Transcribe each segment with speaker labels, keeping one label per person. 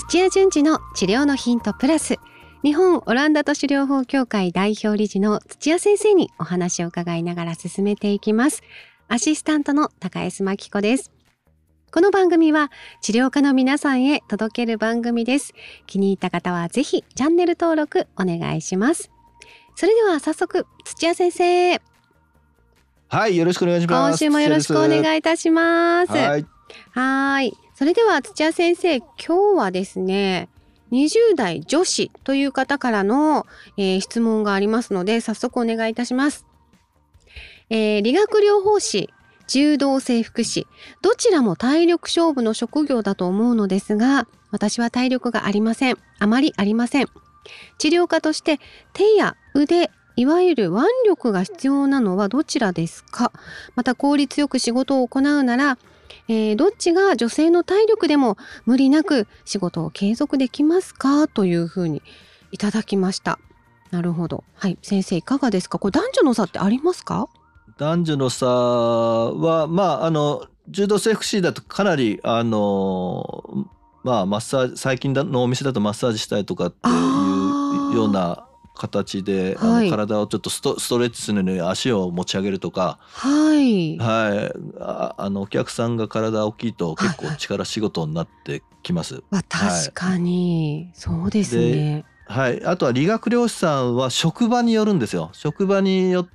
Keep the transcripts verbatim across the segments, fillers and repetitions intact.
Speaker 1: 土屋順次の治療のヒントプラス、日本オランダ都市療法協会代表理事の土屋先生にお話を伺いながら進めていきます。アシスタントの高安真紀子です。この番組は治療家の皆さんへ届ける番組です。気に入った方はぜひチャンネル登録お願いします。それでは早速、土屋先生、
Speaker 2: はい、よろしくお願いします。
Speaker 1: 今週もよろしくお願いいたします。
Speaker 2: はい、
Speaker 1: はい。それでは土屋先生、今日はですね、にじゅう代女子という方からの、えー、質問がありますので、早速お願いいたします。えー、理学療法士、柔道整復師、どちらも体力勝負の職業だと思うのですが、私は体力がありません。あまりありません。治療家として手や腕、いわゆる腕力が必要なのはどちらですか？また効率よく仕事を行うなら、えー、どっちが女性の体力でも無理なく仕事を継続できますか？というふうにいただきました。なるほど。はい、先生いかがですか？これ男女の差ってありますか？
Speaker 2: 男女の差は、まあ、あの柔道整復師だとかなりあの、まあ、マッサージ、最近のお店だとマッサージしたりとかっていうような形で、はい、あの体をちょっとス ト, ストレッチするのに足を持ち上げるとか、
Speaker 1: はい
Speaker 2: はい、ああのお客さんが体大きいと結構力仕事になってきます。
Speaker 1: はいはい、確かに、はい、そうですね。
Speaker 2: はい、あとは理学療師さんは職場によるんですよ。職場によって、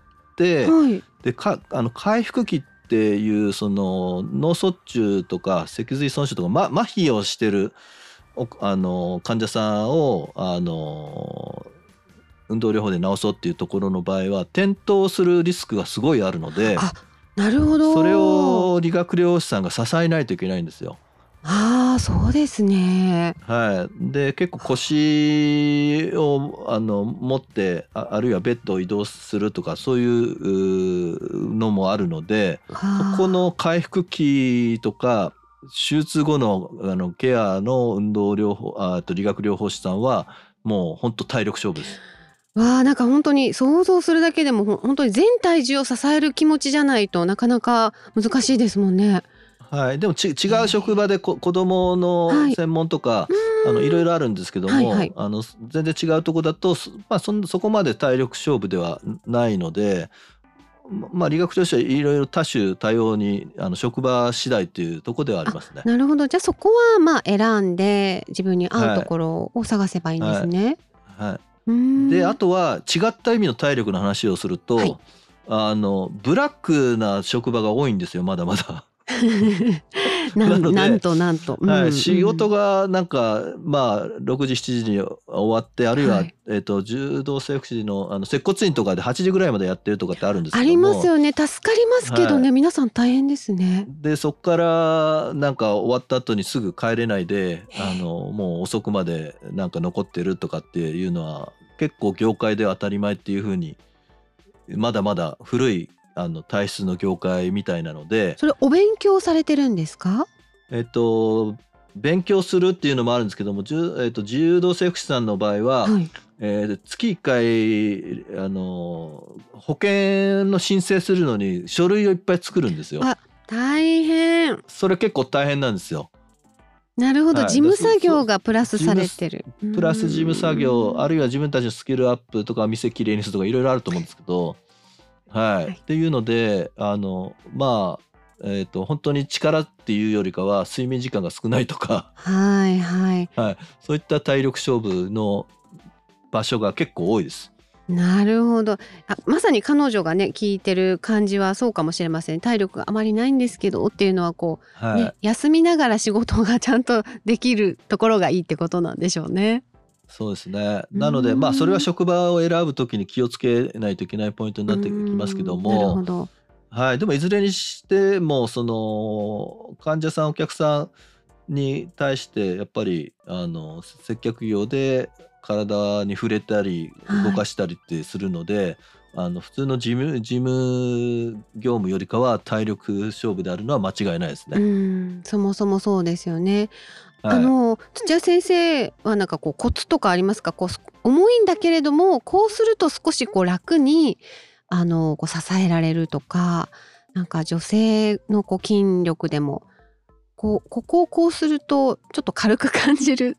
Speaker 2: はい、でかあの回復期っていうその脳卒中とか脊髄損傷とか、ま、麻痺をしてるあの患者さんをあの運動療法で治そうっていうところの場合は転倒するリスクがすごいあるので、
Speaker 1: あ、なるほど、
Speaker 2: それを理学療師さんが支えないといけないんですよ。
Speaker 1: ああ、そうですね。
Speaker 2: はい、で結構腰をあの持って あ, あるいはベッドを移動するとかそういうのもあるので、そこの回復期とか手術後 の, あのケアの運動療法あと理学療法士さんはもう本当体力勝負です。
Speaker 1: わあ、なんか本当に想像するだけでも本当に全体重を支える気持ちじゃないとなかなか難しいですもんね。
Speaker 2: はい、でもち違う職場でこ子どもの専門とか、はい、あのいろいろあるんですけども、はいはい、あの全然違うとこだと、まあ、そ, そこまで体力勝負ではないので、まあ、理学療師はいろいろ多種多様にあの職場次第というところではありますね。
Speaker 1: なるほど。じゃあそこはまあ選んで自分に合うところを探せばいいんですね。
Speaker 2: はいはいはい、であとは違った意味の体力の話をすると、はい、あのブラックな職場が多いんですよ、まだまだ。
Speaker 1: な, な, なんとなんと、
Speaker 2: はい、うん、仕事がなんかまあろくじしちじに終わって、あるいは、はい、えー、と柔道整復師 の, あの接骨院とかではちじぐらいまでやってるとかってあるんですけども、
Speaker 1: ありますよね。助かりますけどね、はい、皆さん大変ですね。
Speaker 2: でそこからなんか終わった後にすぐ帰れないで、あのもう遅くまでなんか残ってるとかっていうのは結構業界では当たり前っていう風に、まだまだ古いあの体質の業界みたいなので。
Speaker 1: それお勉強されてるんですか？
Speaker 2: えっと勉強するっていうのもあるんですけども、じゅ、えっと、柔道整復師さんの場合は、はい、えー、月いっかいあの保険の申請するのに書類をいっぱい作るんですよ。
Speaker 1: あ、大変。
Speaker 2: それ結構大変なんですよ。
Speaker 1: なるほど、はい、事務作業がプラスされてる。
Speaker 2: プラス事務作業、あるいは自分たちのスキルアップとか店きれいにするとかいろいろあると思うんですけど、はい、はい、っていうのであのまあえー、と本当に力っていうよりかは睡眠時間が少ないとか、
Speaker 1: はいはい
Speaker 2: はい、そういった体力勝負の場所が結構多いです。
Speaker 1: なるほど。あ、まさに彼女がね聞いてる感じはそうかもしれません。体力があまりないんですけどっていうのはこう、はい、ね、休みながら仕事がちゃんとできるところがいいってことなんでしょうね。
Speaker 2: そうですね。なのでまあそれは職場を選ぶときに気をつけないといけないポイントになってきますけども、
Speaker 1: なるほど、
Speaker 2: はい、でもいずれにしてもその患者さんお客さんに対してやっぱりあの接客業で体に触れたり動かしたりってするので、はい、あの普通の事務、事務業務よりかは体力勝負であるのは間違いないですね。
Speaker 1: うん、そもそもそうですよね。
Speaker 2: はい、
Speaker 1: あの土屋先生はなんかこうコツとかありますか？こう重いんだけれどもこうすると少しこう楽にあのこう支えられるとか、なんか女性のこう筋力でもこうここをこうするとちょっと軽く感じる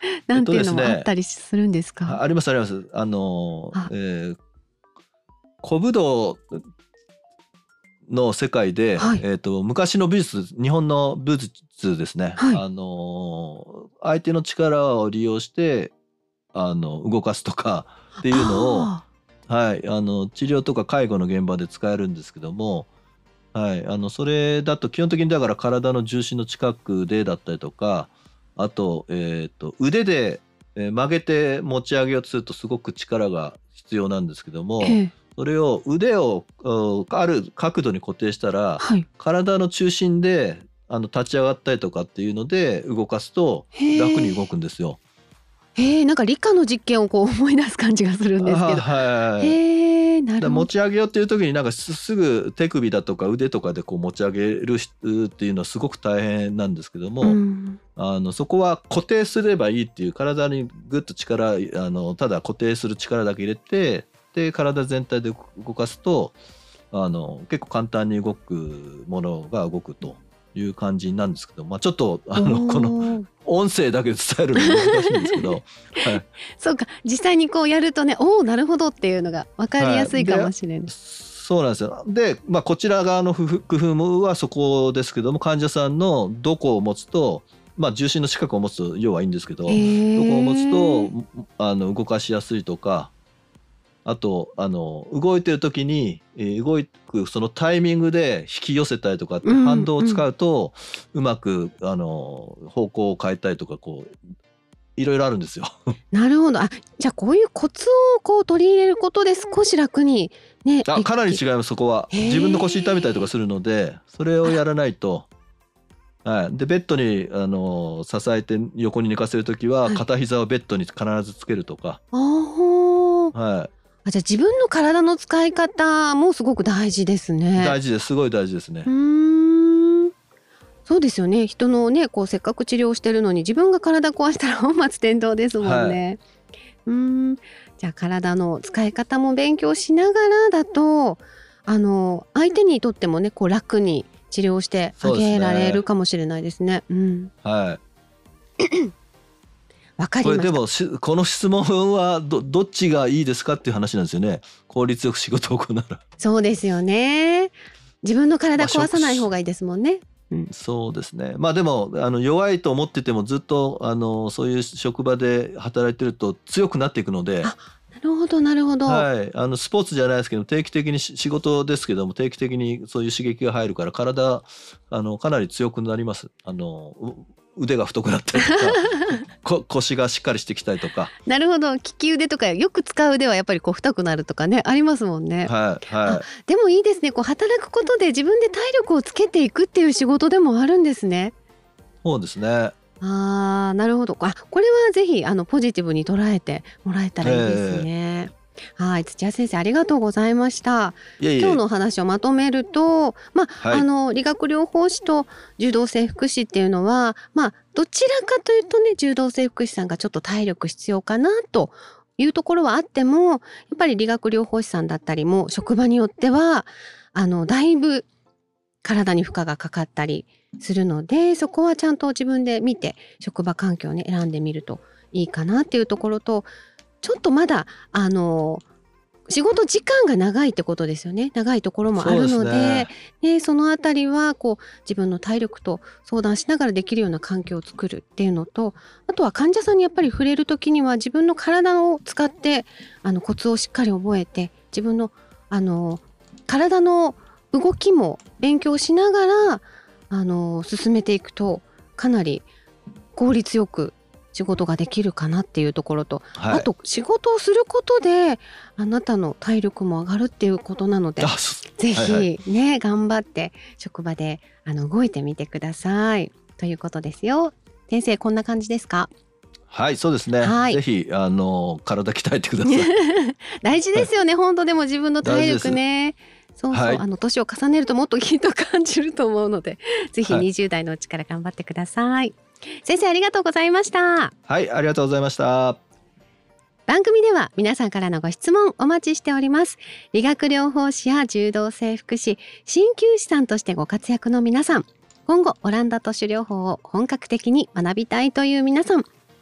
Speaker 1: なんていうのもあったりするんですか？
Speaker 2: えっとですね、あ、ありますあります。あの、
Speaker 1: あ
Speaker 2: えー、古武道の世界で、
Speaker 1: はい
Speaker 2: えー、と昔の武術、日本の武術ですね、
Speaker 1: はい
Speaker 2: あの相手の力を利用してあの動かすとかっていうのを、
Speaker 1: あ
Speaker 2: はい、あの治療とか介護の現場で使えるんですけども、はい、あのそれだと基本的にだから体の重心の近くでだったりとか、あと、えー、と腕でえー曲げて持ち上げようとするとすごく力が必要なんですけども、
Speaker 1: ーええ
Speaker 2: それを腕をうんある角度に固定したら
Speaker 1: はい
Speaker 2: 体の中心であの立ち上がったりとかっていうので動かすと
Speaker 1: へ
Speaker 2: 楽に動
Speaker 1: え
Speaker 2: くんですよ。
Speaker 1: へえなんか理科の実験をこう思い出す感じがするんですけ
Speaker 2: あ、
Speaker 1: ど。
Speaker 2: はい。
Speaker 1: へえな
Speaker 2: だ
Speaker 1: るほど。
Speaker 2: 持ち上げようっていう時になんかすすぐ手首だとか腕とかでこう持ち上げるしっていうのはすごく大変なんですけど
Speaker 1: う
Speaker 2: も、
Speaker 1: ん
Speaker 2: あのそこは固定すればいいっていう、体にグッと力、あのただ固定する力だけ入れて、で体全体で動かすとあの結構簡単に動くものが動くという感じなんですけど、まあ、ちょっとあ
Speaker 1: お
Speaker 2: のこの
Speaker 1: ー
Speaker 2: 音声だけで伝えるの難しいんですけど、はい
Speaker 1: そうか実際にこうやるとねおおなるほどっていうのが分かりやすいかもしれない。
Speaker 2: そうなんですよ。で、まあ、こちら側の工夫はそこですけども、患者さんのどこを持つと、まあ、重心の近くを持つと要はいいんですけど、どこを持つとあの動かしやすいとか、あとあの動いてる時に、えー動くそのタイミングで引き寄せたりとかって
Speaker 1: うん
Speaker 2: 反動を使
Speaker 1: うん
Speaker 2: うと、うまくあの方向を変えたりとか、こういろいろあるんですよ。
Speaker 1: なるほど。あ、じゃあこういうコツをこう取り入れることで少し楽にね
Speaker 2: あ、
Speaker 1: で
Speaker 2: かなり
Speaker 1: き
Speaker 2: 違います。そこは
Speaker 1: へ
Speaker 2: 自分の腰痛めたりとか
Speaker 1: え
Speaker 2: するので、それをやらないと。はい、でベッドにあの支えて横に寝かせるときは
Speaker 1: はい。
Speaker 2: 片膝をベッドに必ずつけるとか、
Speaker 1: あー
Speaker 2: は
Speaker 1: あ、じゃあ自分の体の使い方もすごく大事です
Speaker 2: い、
Speaker 1: ね。
Speaker 2: 大事です。すごい大事です
Speaker 1: う
Speaker 2: ね。
Speaker 1: ーん。そうですよね。人のね、こうせっかく治療してるのに自分が体壊したら本末転倒ですもん
Speaker 2: はい、
Speaker 1: ね。うーん。じゃあ体の使い方も勉強しながらだと、あの相手にとってもね、こう楽に治療してあ
Speaker 2: そうです
Speaker 1: げられる
Speaker 2: ね。
Speaker 1: かもしれないですね。うん。
Speaker 2: はい。
Speaker 1: わかりました。
Speaker 2: これでもしこの質問はどどっちがいいですかっていう話なんですよね。効率よく仕事を行うなら。
Speaker 1: そうですよね。自分の体
Speaker 2: まあ、
Speaker 1: 壊さない方
Speaker 2: 職
Speaker 1: がいいですもんね。うん。
Speaker 2: そうですね。まあでもあの弱いと思っててもずっとあのそういう職場で働いてると強くなっていくので、
Speaker 1: あ、なるほどなるほど。
Speaker 2: はい、あのスポーツじゃないですけど定期的にし仕事ですけども定期的にそういう刺激が入るから体あのかなり強くなります。あのう腕が太くなったりとかこ腰がしっかりしてきたりとか、
Speaker 1: なるほど。利き腕とかよく使う腕はやっぱりこう太くなるとかね、ありますもんね。あ、
Speaker 2: はいはい、
Speaker 1: でもいいですね。こう働くことで自分で体力をつけていくっていう仕事でもあるんですね。
Speaker 2: そうですね。
Speaker 1: ああ、なるほど。あ、これはぜひあのポジティブに捉えてもらえたらいいです
Speaker 2: え
Speaker 1: ね。はい、土屋先生ありがとうございました。
Speaker 2: えいえいえ、
Speaker 1: 今日のお話をまとめると、まあ、
Speaker 2: はい、
Speaker 1: あの理学療法士と柔道整復師っていうのは、まあ、どちらかというとね柔道整復師さんがちょっと体力必要かなというところはあっても、やっぱり理学療法士さんだったりも職場によってはあのだいぶ体に負荷がかかったりするので、そこはちゃんと自分で見て職場環境をね選んでみるといいかなっていうところと、ちょっとまだあの仕事時間が長いってことですよね。長いところもあ
Speaker 2: そうです
Speaker 1: るので、
Speaker 2: ね。
Speaker 1: ね、そのあたりはこう自分の体力と相談しながらできるような環境を作るっていうのと、あとは患者さんにやっぱり触れる時には自分の体を使ってあのコツをしっかり覚えて、自分のあの体の動きも勉強しながらあの進めていくとかなり効率よく仕事ができるかなっていうところと、
Speaker 2: はい。
Speaker 1: あと仕事をすることであなたの体力も上がるっていうことなので、
Speaker 2: あ、そ
Speaker 1: ぜ
Speaker 2: はいはい。
Speaker 1: ひね頑張って職場であの動いてみてくださいということですよ。先生こんな感じですか？
Speaker 2: はい、そうですね。
Speaker 1: はい
Speaker 2: ぜひあの体鍛えてください。
Speaker 1: 大事
Speaker 2: はい、
Speaker 1: ですよね本当。でも自分の体
Speaker 2: 大事です。
Speaker 1: 力ね、そうそう、
Speaker 2: はい、
Speaker 1: あの年を重ねるともっときっと感じると思うので、ぜひ
Speaker 2: はい、
Speaker 1: にじゅう代のうちから頑張ってください。先生ありがとうございました。
Speaker 2: はい、ありがとうございました。
Speaker 1: 番組では皆さんからのご質問お待ちしております。理学療法士や柔道整復師、鍼灸師さんとしてご活躍の皆さん、今後オランダ都市療法を本格的に学びたいという皆さん、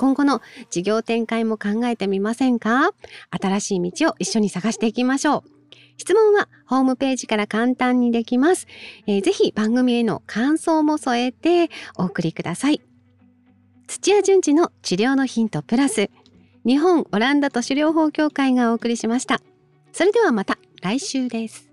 Speaker 1: 今後の事業展開も考えてみませんか？新しい道を一緒に探していきましょう。質問はホームページから簡単にできます。えー、ぜひ番組への感想も添えてお送りください。土屋順次の治療のヒントプラス、日本オランダ都市療法協会がお送りしました。それではまた来週です。